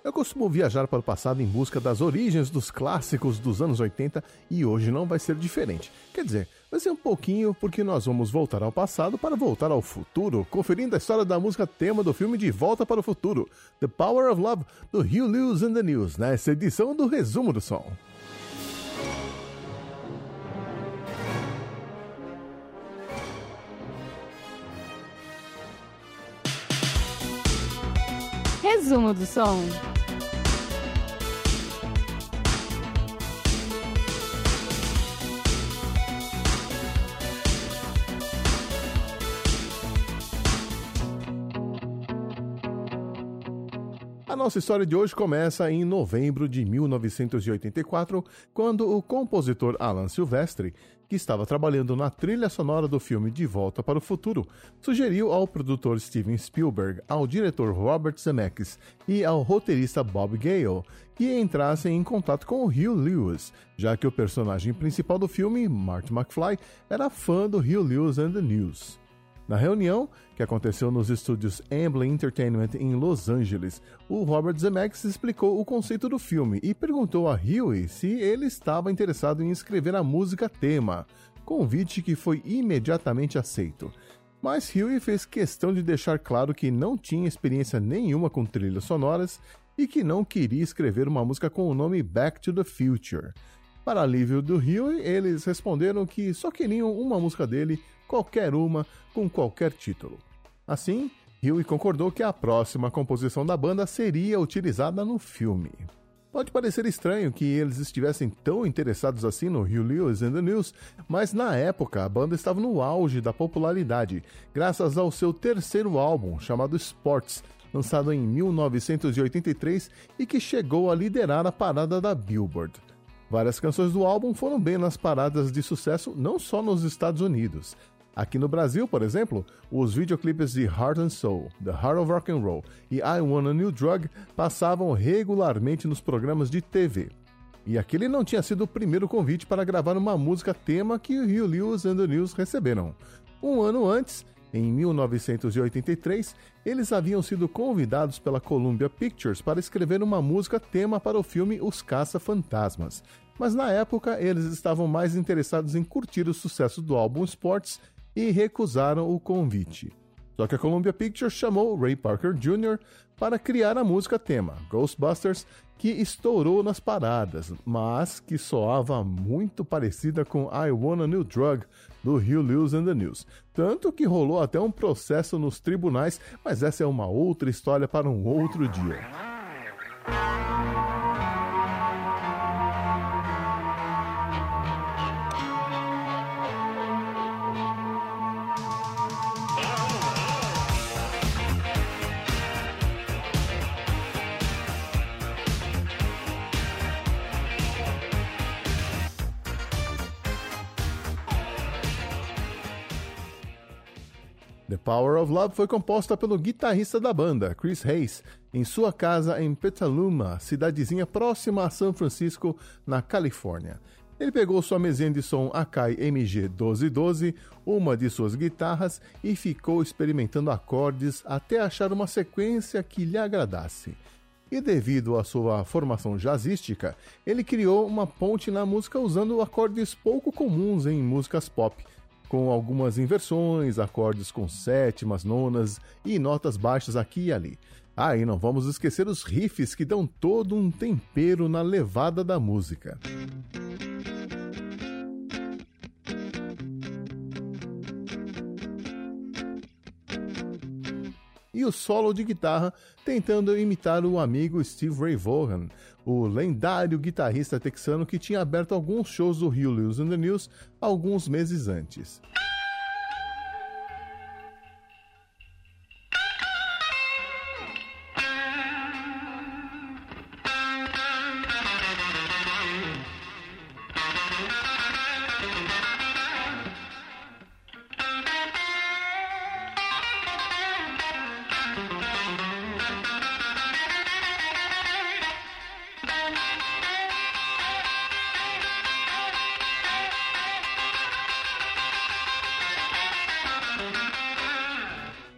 Eu costumo viajar para o passado em busca das origens dos clássicos dos anos 80 e hoje não vai ser diferente. Quer dizer, vai ser um pouquinho porque nós vamos voltar ao passado para voltar ao futuro, conferindo a história da música tema do filme De Volta para o Futuro, The Power of Love, do Huey Lewis and the News, nessa edição do Resumo do Som. Resumo do som. A nossa história de hoje começa em novembro de 1984, quando o compositor Alan Silvestri, que estava trabalhando na trilha sonora do filme De Volta para o Futuro, sugeriu ao produtor Steven Spielberg, ao diretor Robert Zemeckis e ao roteirista Bob Gale que entrassem em contato com o Huey Lewis, já que o personagem principal do filme, Marty McFly, era fã do Huey Lewis and the News. Na reunião, que aconteceu nos estúdios Amblin Entertainment em Los Angeles, o Robert Zemeckis explicou o conceito do filme e perguntou a Huey se ele estava interessado em escrever a música tema, convite que foi imediatamente aceito. Mas Huey fez questão de deixar claro que não tinha experiência nenhuma com trilhas sonoras e que não queria escrever uma música com o nome Back to the Future. Para alívio do Huey, eles responderam que só queriam uma música dele, qualquer uma, com qualquer título. Assim, Huey concordou que a próxima composição da banda seria utilizada no filme. Pode parecer estranho que eles estivessem tão interessados assim no Huey Lewis and the News, mas na época a banda estava no auge da popularidade, graças ao seu terceiro álbum, chamado Sports, lançado em 1983 e que chegou a liderar a parada da Billboard. Várias canções do álbum foram bem nas paradas de sucesso, não só nos Estados Unidos. Aqui no Brasil, por exemplo, os videoclipes de Heart and Soul, The Heart of Rock and Roll e I Want a New Drug passavam regularmente nos programas de TV. E aquele não tinha sido o primeiro convite para gravar uma música tema que o Huey Lewis and the News receberam. Um ano antes, em 1983, eles haviam sido convidados pela Columbia Pictures para escrever uma música tema para o filme Os Caça-Fantasmas. Mas na época, eles estavam mais interessados em curtir o sucesso do álbum Sports e recusaram o convite. Só que a Columbia Pictures chamou Ray Parker Jr. para criar a música tema, Ghostbusters, que estourou nas paradas, mas que soava muito parecida com I Want a New Drug, do Huey Lewis and the News. Tanto que rolou até um processo nos tribunais, mas essa é uma outra história para um outro dia. The Power of Love foi composta pelo guitarrista da banda, Chris Hayes, em sua casa em Petaluma, cidadezinha próxima a São Francisco, na Califórnia. Ele pegou sua mesinha de som Akai MG1212, uma de suas guitarras, e ficou experimentando acordes até achar uma sequência que lhe agradasse. E devido à sua formação jazzística, ele criou uma ponte na música usando acordes pouco comuns em músicas pop, com algumas inversões, acordes com sétimas, nonas e notas baixas aqui e ali. E não vamos esquecer os riffs que dão todo um tempero na levada da música. E o solo de guitarra tentando imitar o amigo Steve Ray Vaughan, o lendário guitarrista texano que tinha aberto alguns shows do Huey Lewis and the News alguns meses antes.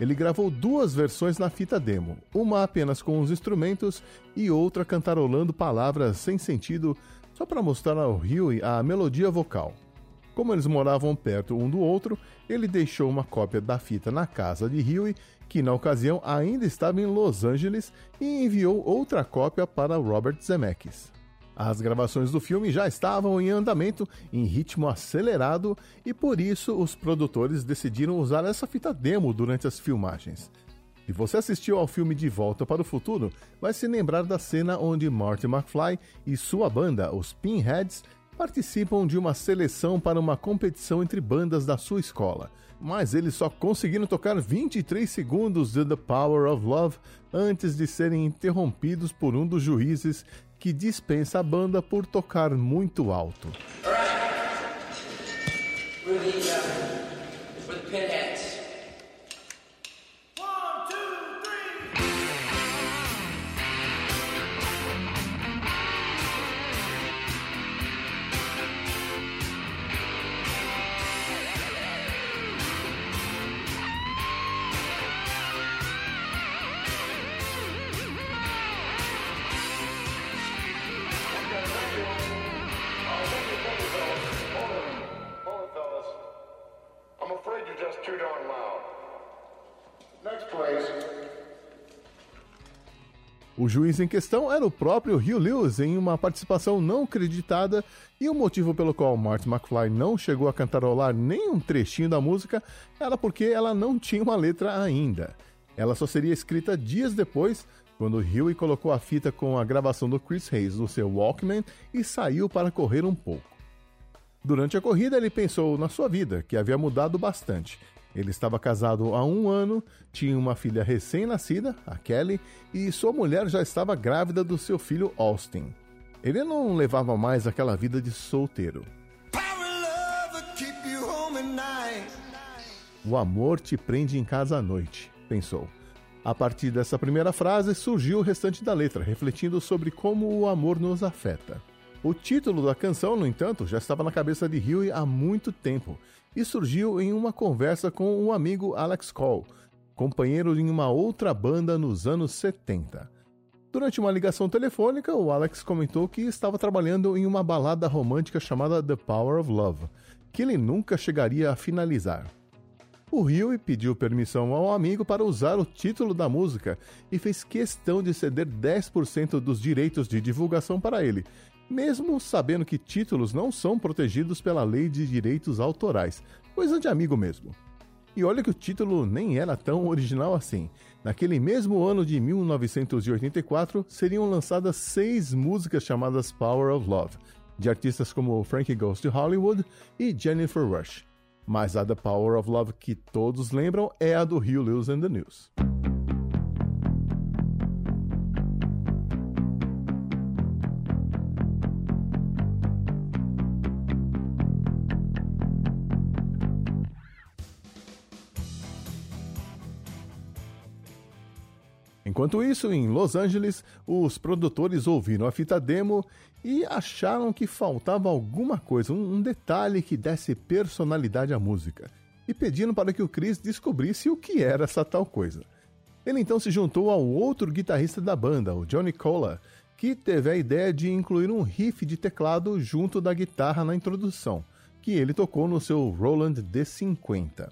ele gravou 2 versões na fita demo, uma apenas com os instrumentos e outra cantarolando palavras sem sentido só para mostrar ao Huey a melodia vocal. Como eles moravam perto um do outro, ele deixou uma cópia da fita na casa de Huey, que na ocasião ainda estava em Los Angeles, e enviou outra cópia para Robert Zemeckis. As gravações do filme já estavam em andamento, em ritmo acelerado, e por isso os produtores decidiram usar essa fita demo durante as filmagens. Se você assistiu ao filme De Volta para o Futuro, vai se lembrar da cena onde Marty McFly e sua banda, os Pinheads, participam de uma seleção para uma competição entre bandas da sua escola. Mas eles só conseguiram tocar 23 segundos de The Power of Love antes de serem interrompidos por um dos juízes que dispensa a banda por tocar muito alto. O juiz em questão era o próprio Huey Lewis em uma participação não creditada, e o motivo pelo qual Marty McFly não chegou a cantarolar nem um trechinho da música era porque ela não tinha uma letra ainda. Ela só seria escrita dias depois, quando Huey colocou a fita com a gravação do Chris Hayes no seu Walkman e saiu para correr um pouco. Durante a corrida ele pensou na sua vida, que havia mudado bastante. Ele estava casado há 1 ano, tinha uma filha recém-nascida, a Kelly, e sua mulher já estava grávida do seu filho Austin. Ele não levava mais aquela vida de solteiro. O amor te prende em casa à noite, pensou. A partir dessa primeira frase surgiu o restante da letra, refletindo sobre como o amor nos afeta. O título da canção, no entanto, já estava na cabeça de Huey há muito tempo e surgiu em uma conversa com um amigo Alex Cole, companheiro em uma outra banda nos anos 70. Durante uma ligação telefônica, o Alex comentou que estava trabalhando em uma balada romântica chamada The Power of Love, que ele nunca chegaria a finalizar. O Huey pediu permissão ao amigo para usar o título da música e fez questão de ceder 10% dos direitos de divulgação para ele, mesmo sabendo que títulos não são protegidos pela lei de direitos autorais, coisa de amigo mesmo. E olha que o título nem era tão original assim. Naquele mesmo ano de 1984, seriam lançadas 6 músicas chamadas Power of Love, de artistas como Frankie Goes to Hollywood e Jennifer Rush. Mas a The Power of Love que todos lembram é a do Huey Lewis and the News. Enquanto isso, em Los Angeles, os produtores ouviram a fita demo e acharam que faltava alguma coisa, um detalhe que desse personalidade à música, e pediram para que o Chris descobrisse o que era essa tal coisa. Ele então se juntou ao outro guitarrista da banda, o Johnny Cola, que teve a ideia de incluir um riff de teclado junto da guitarra na introdução, que ele tocou no seu Roland D50.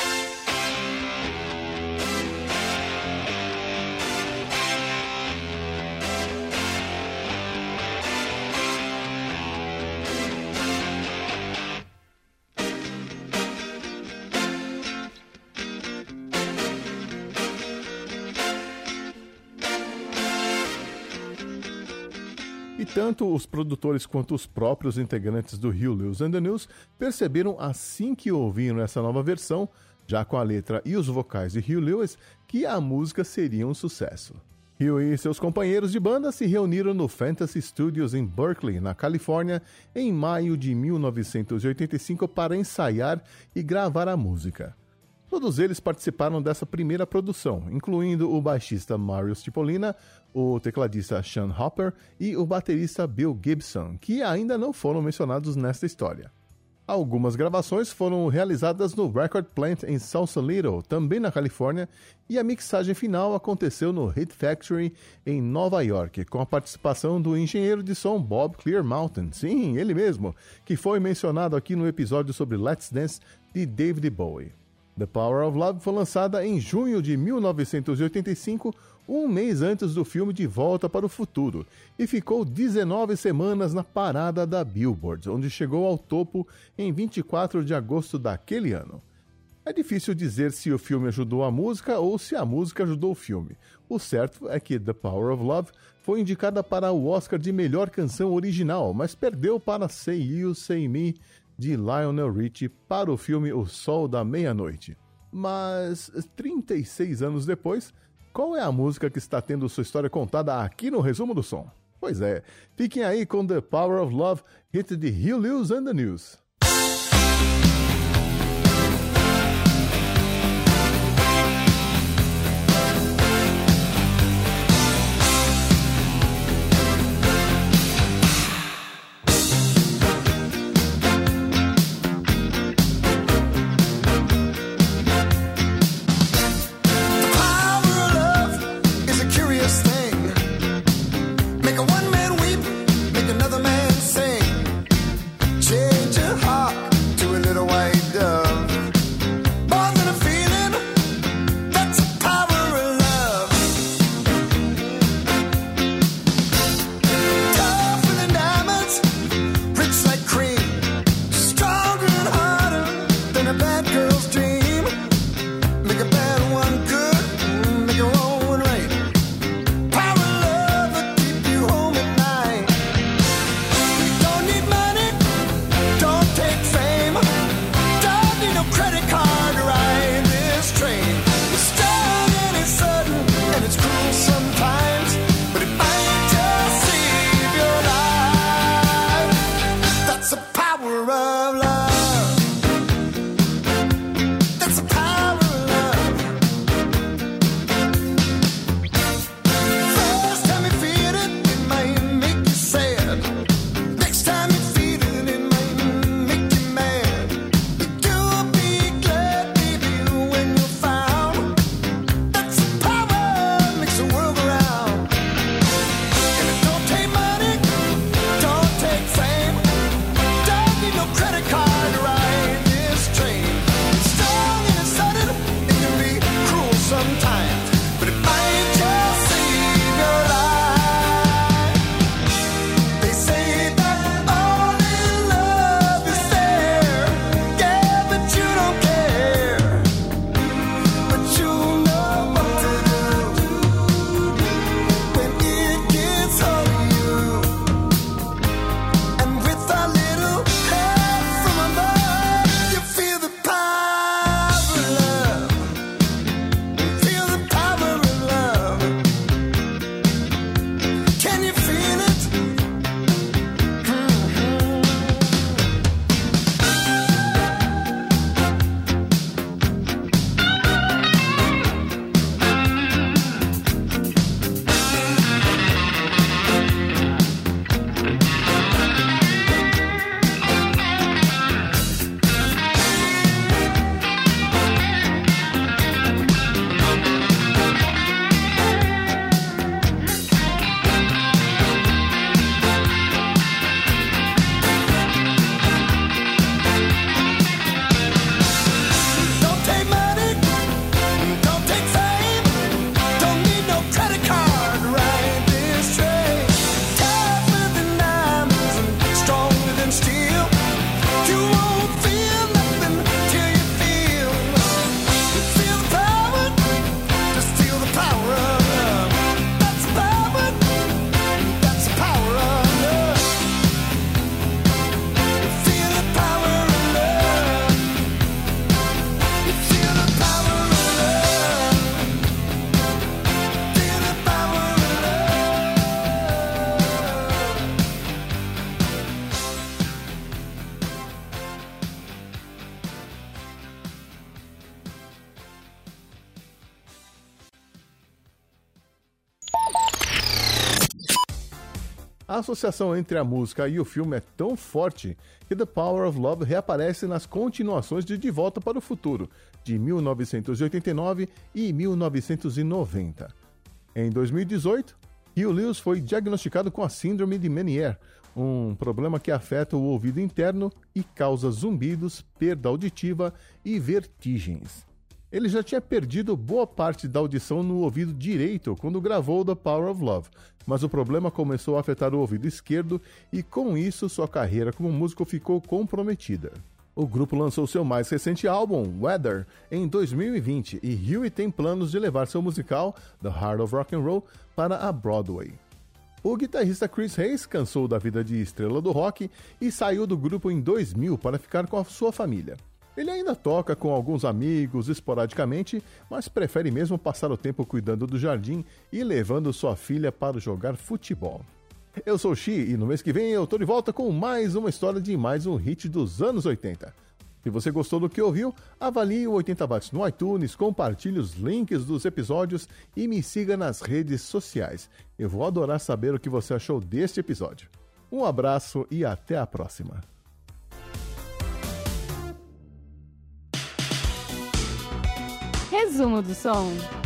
E tanto os produtores quanto os próprios integrantes do Huey Lewis and the News perceberam assim que ouviram essa nova versão, já com a letra e os vocais de Huey Lewis, que a música seria um sucesso. Huey e seus companheiros de banda se reuniram no Fantasy Studios em Berkeley, na Califórnia, em maio de 1985 para ensaiar e gravar a música. Todos eles participaram dessa primeira produção, incluindo o baixista Mario Cipollina, o tecladista Sean Hopper e o baterista Bill Gibson, que ainda não foram mencionados nesta história. Algumas gravações foram realizadas no Record Plant em Sausalito, também na Califórnia, e a mixagem final aconteceu no Hit Factory em Nova York, com a participação do engenheiro de som Bob Clearmountain, sim, ele mesmo, que foi mencionado aqui no episódio sobre Let's Dance de David Bowie. The Power of Love foi lançada em junho de 1985, um mês antes do filme De Volta para o Futuro, e ficou 19 semanas na parada da Billboard, onde chegou ao topo em 24 de agosto daquele ano. É difícil dizer se o filme ajudou a música ou se a música ajudou o filme. O certo é que The Power of Love foi indicada para o Oscar de melhor canção original, mas perdeu para Say You, Say Me, de Lionel Richie, para o filme O Sol da Meia-Noite. Mas, 36 anos depois, qual é a música que está tendo sua história contada aqui no Resumo do Som? Pois é, fiquem aí com The Power of Love, hit de Huey Lewis and the News. A associação entre a música e o filme é tão forte que The Power of Love reaparece nas continuações de Volta para o Futuro, de 1989 e 1990. Em 2018, Hugh Lewis foi diagnosticado com a síndrome de Meniere, um problema que afeta o ouvido interno e causa zumbidos, perda auditiva e vertigens. Ele já tinha perdido boa parte da audição no ouvido direito quando gravou The Power of Love, mas o problema começou a afetar o ouvido esquerdo e, com isso, sua carreira como músico ficou comprometida. O grupo lançou seu mais recente álbum, Weather, em 2020 e Huey tem planos de levar seu musical, The Heart of Rock and Roll, para a Broadway. O guitarrista Chris Hayes cansou da vida de estrela do rock e saiu do grupo em 2000 para ficar com a sua família. Ele ainda toca com alguns amigos esporadicamente, mas prefere mesmo passar o tempo cuidando do jardim e levando sua filha para jogar futebol. Eu sou o Xi e no mês que vem eu tô de volta com mais uma história de mais um hit dos anos 80. Se você gostou do que ouviu, avalie o 80 Watts no iTunes, compartilhe os links dos episódios e me siga nas redes sociais. Eu vou adorar saber o que você achou deste episódio. Um abraço e até a próxima. Resumo do som.